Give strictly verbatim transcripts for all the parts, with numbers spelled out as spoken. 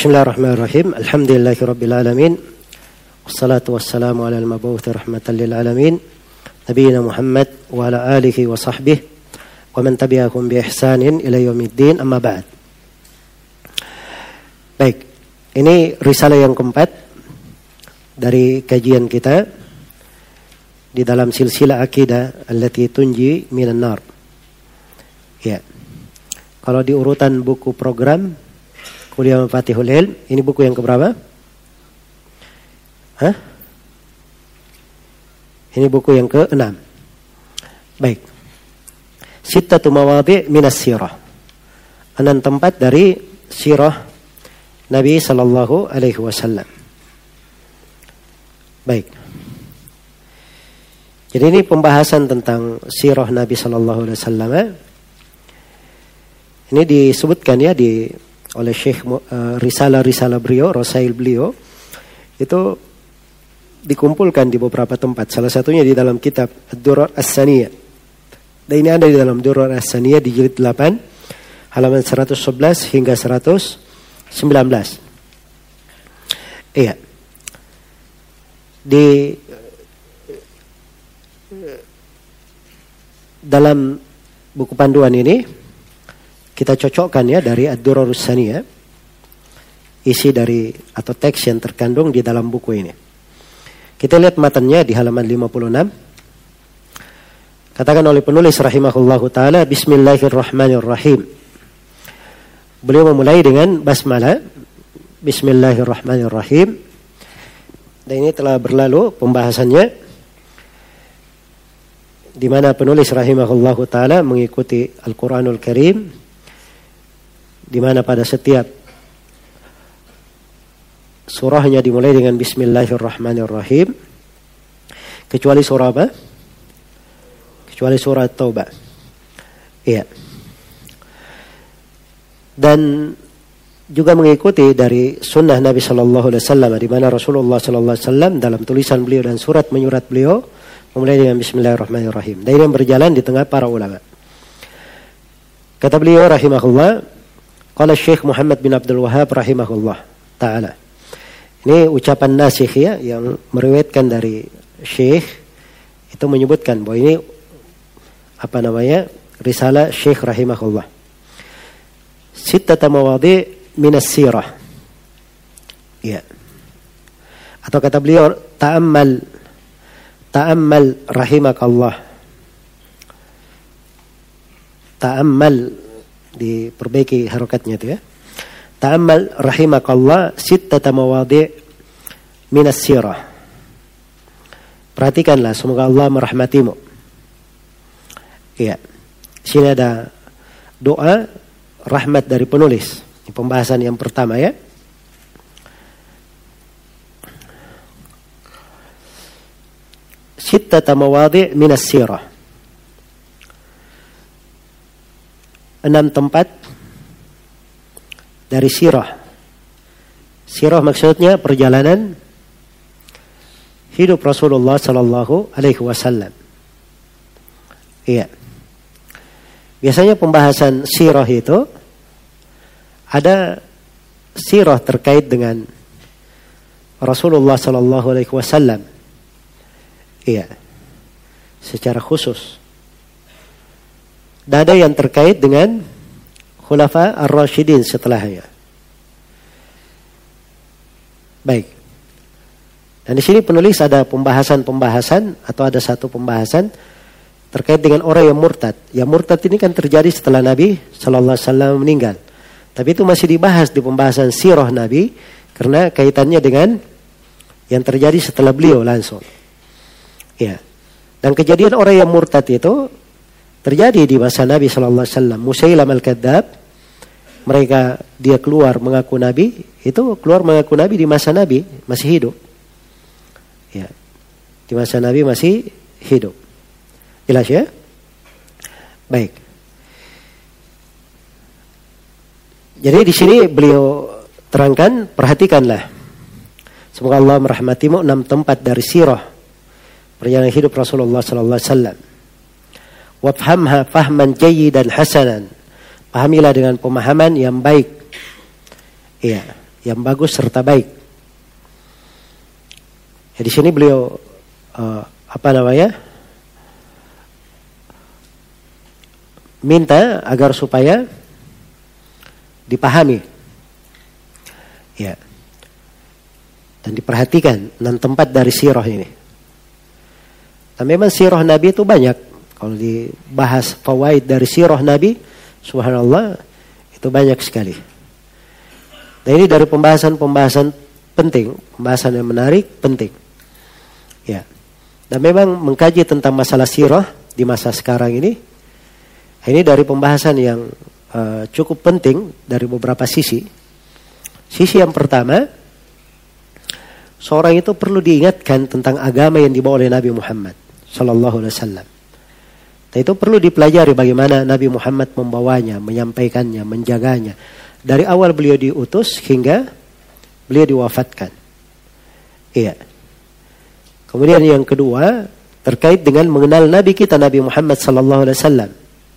Bismillahirrahmanirrahim. Alhamdulillahirabbil alamin. Wassalatu wassalamu ala al-mabu'uts rahmatan lil alamin. Nabiyina Muhammad wa ala alihi wa sahbihi wa man tabi'ahum bi ihsanin ila yaumiddin. Amma ba'd. Baik, ini risalah yang keempat dari kajian kita di dalam silsilah akidah allati tunji minan nar. Ya. Kalau di urutan buku program Kuliah Mafatihul Ilm, ini buku yang keberapa? Hah? Ini buku yang keenam. Baik. Sittatu mawadhi' minas sirah. Enam tempat dari sirah Nabi sallallahu alaihi wasallam. Baik. Jadi ini pembahasan tentang sirah Nabi sallallahu alaihi wasallam. Ini disebutkan ya di oleh Syekh uh, risalah-risalah beliau, rasail beliau itu dikumpulkan di beberapa tempat. Salah satunya di dalam kitab Ad-Durar As-Saniyah. Dan ini ada di dalam Durar As-Saniyah di jilid delapan halaman seratus sebelas hingga seratus sembilan belas. Iya. Di dalam buku panduan ini kita cocokkan ya dari Ad-Durar As-Saniyah, isi dari atau teks yang terkandung di dalam buku ini. Kita lihat matanya di halaman lima puluh enam. Katakan oleh penulis rahimahullahu taala, Bismillahirrahmanirrahim. Beliau memulai dengan basmalah, Bismillahirrahmanirrahim. Dan ini telah berlalu pembahasannya, di mana penulis rahimahullahu taala mengikuti Al-Qur'anul Karim, di mana pada setiap surahnya dimulai dengan Bismillahirrahmanirrahim, kecuali surah apa? Kecuali surah Taubah. Iya. Dan juga mengikuti dari sunnah Nabi Sallallahu Alaihi Wasallam, di mana Rasulullah Sallallahu Alaihi Wasallam dalam tulisan beliau dan surat menyurat beliau memulai dengan Bismillahirrahmanirrahim. Dan ini yang berjalan di tengah para ulama. Kata beliau rahimahullah, qala Syekh Muhammad bin Abdul Wahhab rahimahullah ta'ala. Ini ucapan nasikh ya, yang meriwayatkan dari Syekh itu menyebutkan bahwa ini apa namanya, risalah Syekh rahimahullah. Sittata mawadhi' minas sirah. Ya. Atau kata beliau, ta'ammal ta'ammal rahimakallah. Ta'ammal, diperbaiki harokatnya itu ya. Ta'ammal rahimakallah sittata mawadhi' minas sirah. Perhatikanlah, semoga Allah merahmatimu. Iya. Sini ada doa rahmat dari penulis. Ini pembahasan yang pertama ya. Sittata mawadhi' minas sirah. Enam tempat dari sirah. Sirah maksudnya perjalanan hidup Rasulullah sallallahu alaihi wasallam. Iya. Biasanya pembahasan sirah itu ada sirah terkait dengan Rasulullah sallallahu alaihi wasallam. Iya. Secara khusus. Dan ada yang terkait dengan Khulafa Ar-Rasyidin setelahnya. Baik. Dan di sini penulis ada pembahasan-pembahasan atau ada satu pembahasan terkait dengan orang yang murtad. Yang murtad ini kan terjadi setelah Nabi sallallahu alaihi wasallam meninggal. Tapi itu masih dibahas di pembahasan sirah Nabi karena kaitannya dengan yang terjadi setelah beliau langsung. Ya. Dan kejadian orang yang murtad itu terjadi di masa Nabi sallallahu alaihi wasallam. Musailam al-Kadzab, mereka dia keluar mengaku nabi, itu keluar mengaku nabi di masa Nabi masih hidup. Ya. Di masa Nabi masih hidup. Jelas ya? Baik. Jadi di sini beliau terangkan, perhatikanlah. Semoga Allah merahmatimu, enam tempat dari sirah perjalanan hidup Rasulullah sallallahu alaihi wasallam. Wafhamha fahman jayyidan hasanan. Pahamilah dengan pemahaman yang baik. Iya. yang bagus serta baik. Ya, di sini beliau uh, apa namanya? minta agar supaya dipahami. Ya. Dan diperhatikan enam tempat dari sirah ini. Dan memang sirah Nabi itu banyak. Kalau dibahas fawaid dari sirah Nabi, subhanallah, itu banyak sekali. Dan ini dari pembahasan-pembahasan penting, pembahasan yang menarik, penting. Ya. Dan memang mengkaji tentang masalah sirah di masa sekarang ini, ini dari pembahasan yang uh, cukup penting dari beberapa sisi. Sisi yang pertama, seorang itu perlu diingatkan tentang agama yang dibawa oleh Nabi Muhammad sallallahu alaihi wasallam. Dan itu perlu dipelajari bagaimana Nabi Muhammad membawanya, menyampaikannya, menjaganya. Dari awal beliau diutus hingga beliau diwafatkan. Iya. Kemudian yang kedua, terkait dengan mengenal Nabi kita Nabi Muhammad sallallahu alaihi wasallam.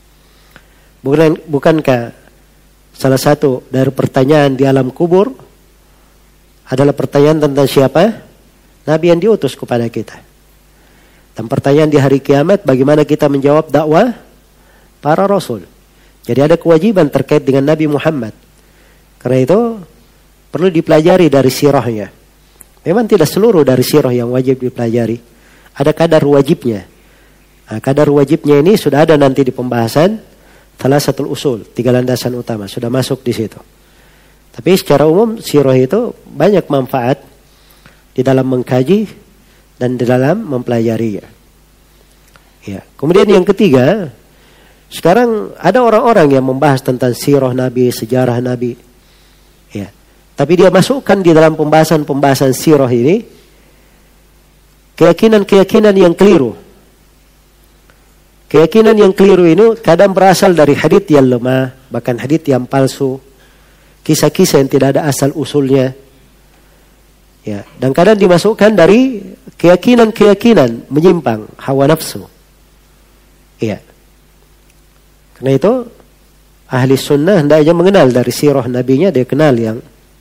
Bukan, bukankah salah satu dari pertanyaan di alam kubur adalah pertanyaan tentang siapa? Nabi yang diutus kepada kita. Dan pertanyaan di hari kiamat, bagaimana kita menjawab dakwah para rasul. Jadi ada kewajiban terkait dengan Nabi Muhammad. Karena itu perlu dipelajari dari sirahnya. Memang tidak seluruh dari sirah yang wajib dipelajari. Ada kadar wajibnya. Nah, kadar wajibnya ini sudah ada nanti di pembahasan Thalathatul usul, tiga landasan utama, sudah masuk di situ. Tapi secara umum sirah itu banyak manfaat di dalam mengkaji dan di dalam mempelajarinya. Ya. Kemudian yang ketiga, sekarang ada orang-orang yang membahas tentang sirah Nabi, sejarah Nabi. Ya. Tapi dia masukkan di dalam pembahasan-pembahasan sirah ini keyakinan-keyakinan yang keliru. Keyakinan yang keliru ini kadang berasal dari hadits yang lemah, bahkan hadits yang palsu, kisah-kisah yang tidak ada asal usulnya. Ya, dan kadang dimasukkan dari keyakinan-keyakinan menyimpang, hawa nafsu. Ya. Karena itu ahli sunnah hendaknya mengenal dari sirah nabinya, dia kenal yang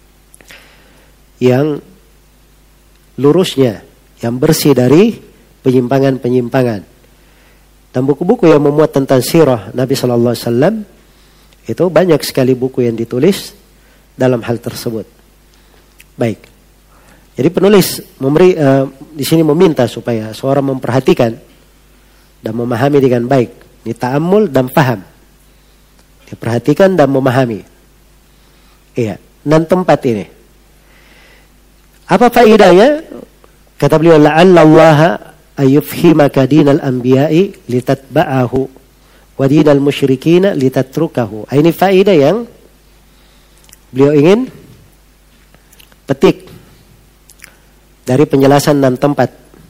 yang lurusnya, yang bersih dari penyimpangan-penyimpangan. Dan buku-buku yang memuat tentang sirah Nabi Sallallahu Alaihi Wasallam itu banyak sekali buku yang ditulis dalam hal tersebut. Baik. Jadi penulis memberi uh, di sini meminta supaya seorang memperhatikan dan memahami dengan baik. Ini ta'ammul dan paham. Diperhatikan dan memahami. Iya. Enam tempat ini. Apa faedahnya? Kata beliau, la'allallaha ayufhimaka dinal anbiya'i litatba'ahu wa dinal musyrikina litatrukahu. Ini faedah yang beliau ingin petik dari penjelasan enam tempat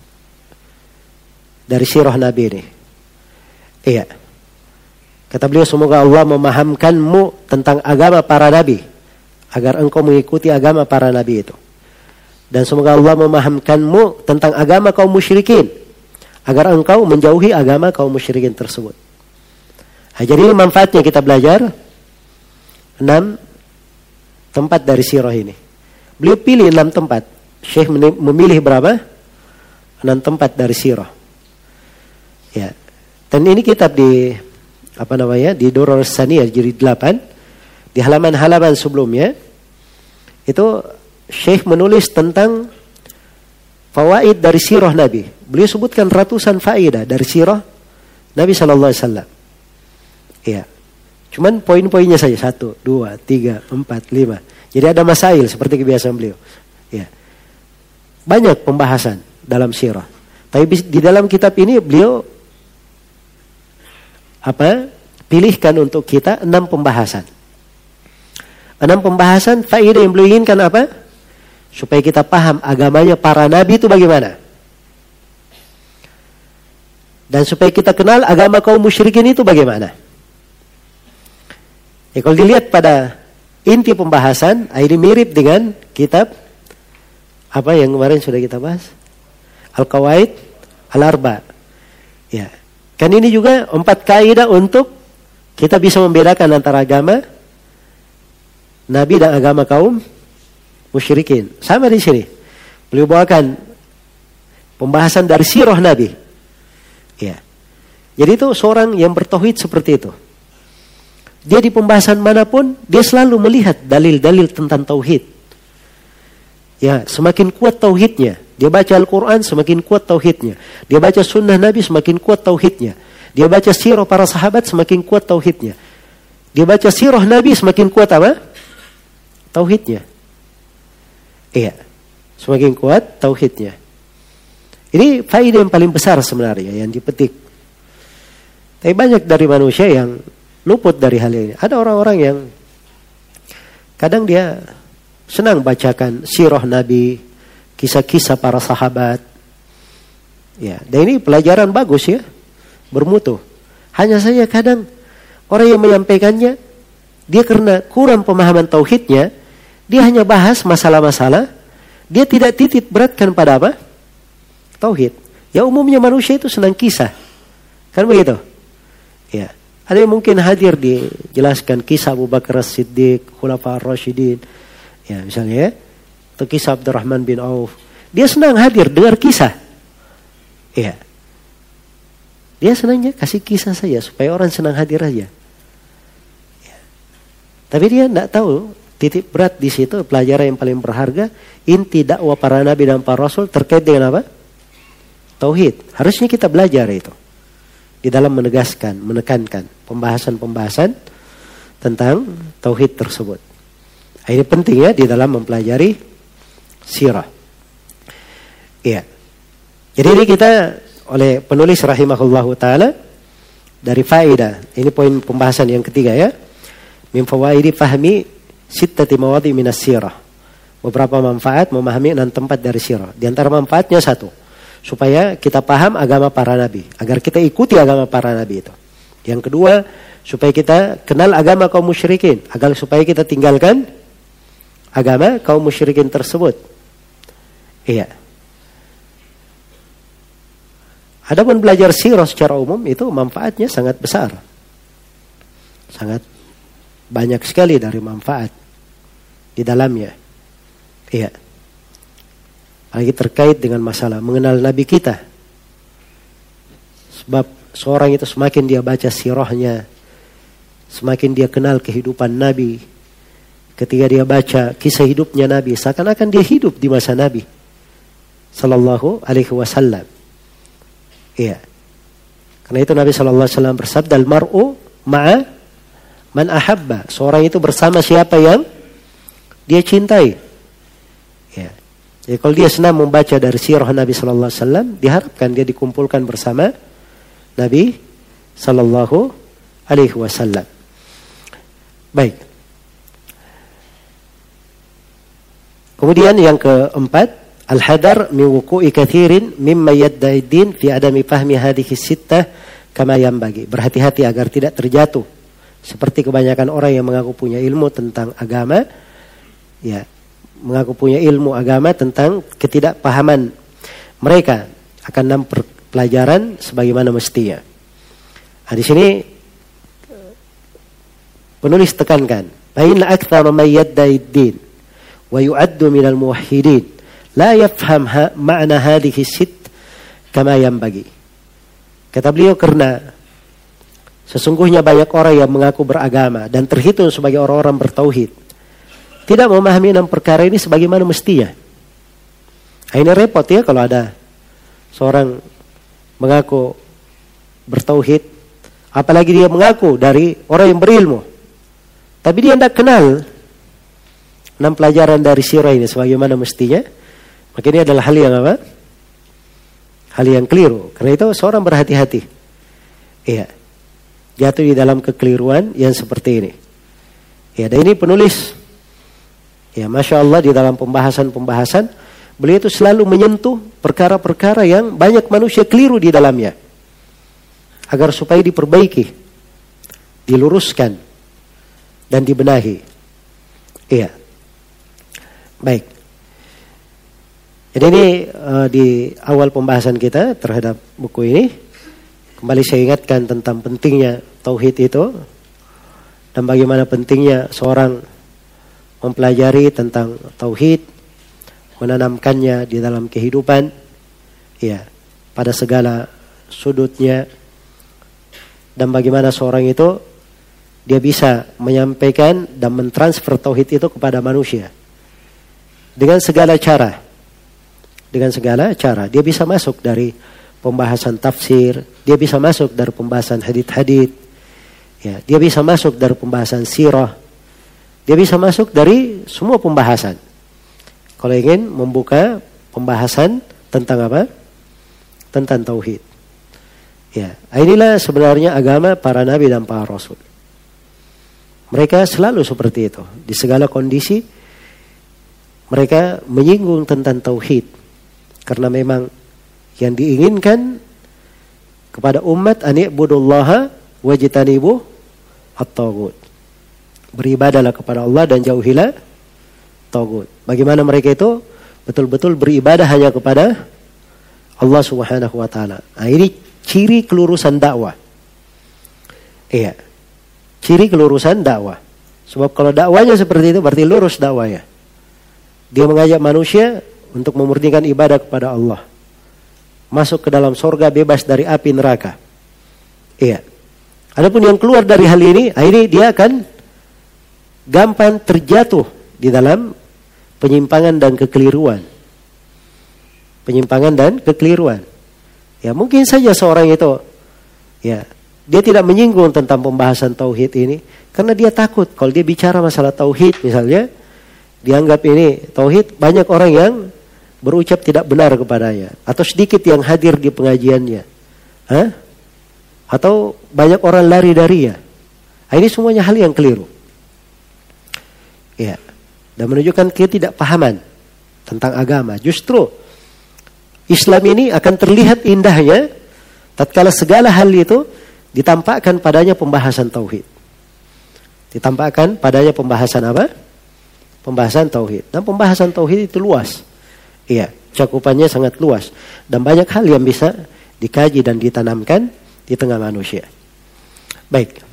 dari sirah Nabi ini. Iya. Kata beliau, semoga Allah memahamkanmu tentang agama para nabi agar engkau mengikuti agama para nabi itu. Dan semoga Allah memahamkanmu tentang agama kaum musyrikin agar engkau menjauhi agama kaum musyrikin tersebut. Nah, jadi manfaatnya kita belajar enam tempat dari sirah ini. Beliau pilih enam tempat. Syekh memilih berapa? Enam tempat dari sirah. Ya. Dan ini kitab di apa namanya? Di Durrus Saniyah jilid delapan, di halaman-halaman sebelumnya itu Syekh menulis tentang fawaid dari sirah Nabi. Beliau sebutkan ratusan faedah dari sirah Nabi Sallallahu Alaihi Wasallam. Iya. Cuman poin-poinnya saja satu, dua, tiga, empat, lima. Jadi ada masail seperti kebiasaan beliau. Iya. Banyak pembahasan dalam sirah. Tapi di dalam kitab ini beliau apa? Pilihkan untuk kita enam pembahasan. Enam pembahasan faedah yang beliau inginkan apa? Supaya kita paham agamanya para nabi itu bagaimana. Dan supaya kita kenal agama kaum musyrikin itu bagaimana. Ya, kalau dilihat pada inti pembahasan, ini mirip dengan kitab apa yang kemarin sudah kita bahas, Al-Qawaid Al-Arba. Ya, kan ini juga empat kaidah untuk kita bisa membedakan antara agama Nabi dan agama kaum musyrikin. Sama di sini. Beliau bawakan pembahasan dari sirah Nabi. Ya. Jadi itu seorang yang bertauhid seperti itu. Dia di pembahasan manapun, dia selalu melihat dalil-dalil tentang tauhid. Ya, semakin kuat tauhidnya. Dia baca Al-Quran, semakin kuat tauhidnya. Dia baca sunnah Nabi, semakin kuat tauhidnya. Dia baca sirah para sahabat, semakin kuat tauhidnya. Dia baca sirah Nabi, semakin kuat apa? Tauhidnya. Iya, semakin kuat tauhidnya. Ini faedah yang paling besar sebenarnya yang dipetik. Tapi banyak dari manusia yang luput dari hal ini. Ada orang-orang yang kadang dia senang bacakan sirah Nabi, kisah-kisah para sahabat. Ya, dan ini pelajaran bagus ya, bermutu. Hanya saja kadang orang yang menyampaikannya, dia karena kurang pemahaman tauhidnya, dia hanya bahas masalah-masalah, dia tidak titik beratkan pada apa? Tauhid. Ya umumnya manusia itu senang kisah. Kan begitu? Ya. Ada yang mungkin hadir dijelaskan kisah Abu Bakar As-Siddiq, Khulafa Ar-Rasyidin. Ya, misalnya ya, atau kisah Abdurrahman bin Auf. Dia senang hadir dengar kisah. Ya. Dia senangnya kasih kisah saja supaya orang senang hadir aja. Ya. Tapi dia tidak tahu titik berat di situ, pelajaran yang paling berharga, inti dakwah para nabi dan para rasul terkait dengan apa? Tauhid. Harusnya kita belajar itu. Di dalam menegaskan, menekankan pembahasan-pembahasan tentang tauhid tersebut. Ini penting ya di dalam mempelajari sirah. Iya. Jadi ini kita oleh penulis rahimahullahu taala dari faedah. Ini poin pembahasan yang ketiga ya. Min fawaidi fahmi sittati mawadhi minas sirah. Beberapa manfaat memahami enam tempat dari sirah. Di antara manfaatnya satu, supaya kita paham agama para nabi, agar kita ikuti agama para nabi itu. Yang kedua, supaya kita kenal agama kaum musyrikin, agar supaya kita tinggalkan agama kaum musyrikin tersebut. Iya. Adapun belajar sirah secara umum itu manfaatnya sangat besar. Sangat banyak sekali dari manfaat di dalamnya. Iya. Lagi terkait dengan masalah mengenal Nabi kita. Sebab seorang itu semakin dia baca sirahnya, semakin dia kenal kehidupan Nabi. Ketika dia baca kisah hidupnya Nabi, seakan-akan dia hidup di masa Nabi sallallahu alaihi wasallam. Iya. Karena itu Nabi sallallahu alaihi wasallam bersabda, "Al-mar'u ma'a man ahabba." Seorang itu bersama siapa yang dia cintai. Ya. Jadi kalau dia senang membaca dari sirah Nabi sallallahu alaihi wasallam, diharapkan dia dikumpulkan bersama Nabi sallallahu alaihi wasallam. Baik. Kemudian yang keempat, al-hadar min wuqu'i katsirin mimma yadda'i din fi adami fahmi hadhihi sittah kama yanbaghi. Berhati-hati agar tidak terjatuh seperti kebanyakan orang yang mengaku punya ilmu tentang agama, ya, mengaku punya ilmu agama tentang ketidakpahaman mereka akan enam pelajaran sebagaimana mestinya. Nah, di sini penulis tekankan, "Baina aktsara man yadda'i din wa yu'addu minal muwahhidin la yafham ma'na hadhihi sitt kama yanbaghi." Kata beliau, karena sesungguhnya banyak orang yang mengaku beragama dan terhitung sebagai orang-orang bertauhid, tidak memahami enam perkara ini sebagaimana mestinya. Nah, ini repot ya kalau ada seorang mengaku bertauhid, apalagi dia mengaku dari orang yang berilmu, tapi dia tidak kenal enam pelajaran dari sirah ini sebagaimana mestinya. Maka ini adalah hal yang apa? Hal yang keliru. Karena itu seorang berhati-hati. Iya. Jatuh di dalam kekeliruan yang seperti ini. Ya, dan ini penulis, ya, Masya Allah, di dalam pembahasan-pembahasan beliau itu selalu menyentuh perkara-perkara yang banyak manusia keliru di dalamnya, agar supaya diperbaiki, diluruskan, dan dibenahi. Iya. Baik. Jadi ini uh, di awal pembahasan kita terhadap buku ini, kembali saya ingatkan tentang pentingnya tauhid itu, dan bagaimana pentingnya seorang mempelajari tentang tauhid, menanamkannya di dalam kehidupan, ya, pada segala sudutnya, dan bagaimana seorang itu dia bisa menyampaikan dan mentransfer tauhid itu kepada manusia dengan segala cara. Dengan segala cara dia bisa masuk dari pembahasan tafsir, dia bisa masuk dari pembahasan hadits-hadits, ya, dia bisa masuk dari pembahasan sirah, dia bisa masuk dari semua pembahasan. Kalau ingin membuka pembahasan tentang apa? Tentang tauhid. Ya, inilah sebenarnya agama para nabi dan para rasul. Mereka selalu seperti itu. Di segala kondisi mereka menyinggung tentang tauhid. Karena memang yang diinginkan kepada umat ani'budullaha wajtanibu at-taghut. Beribadahlah kepada Allah dan jauhilah taghut. Bagaimana mereka itu betul-betul beribadah hanya kepada Allah Subhanahu wa taala. Nah, ini ciri kelurusan dakwah. Iya. Ciri kelurusan dakwah. Sebab kalau dakwanya seperti itu berarti lurus dakwanya. Dia mengajak manusia untuk memurnikan ibadah kepada Allah. Masuk ke dalam surga bebas dari api neraka. Iya. Adapun yang keluar dari hal ini, ini dia akan gampang terjatuh di dalam penyimpangan dan kekeliruan. Penyimpangan dan kekeliruan. Ya, mungkin saja seorang itu, ya, dia tidak menyinggung tentang pembahasan tauhid ini karena dia takut kalau dia bicara masalah tauhid misalnya, dianggap ini tauhid, banyak orang yang berucap tidak benar kepadanya, atau sedikit yang hadir di pengajiannya, Hah? atau banyak orang lari darinya. Nah, ini semuanya hal yang keliru, ya, dan menunjukkan ketidakpahaman tentang agama. Justru Islam ini akan terlihat indahnya tatkala segala hal itu ditampakkan padanya pembahasan tauhid, ditampakkan padanya pembahasan apa? Pembahasan tauhid. Dan pembahasan tauhid itu luas. Iya, cakupannya sangat luas dan banyak hal yang bisa dikaji dan ditanamkan di tengah manusia. Baik.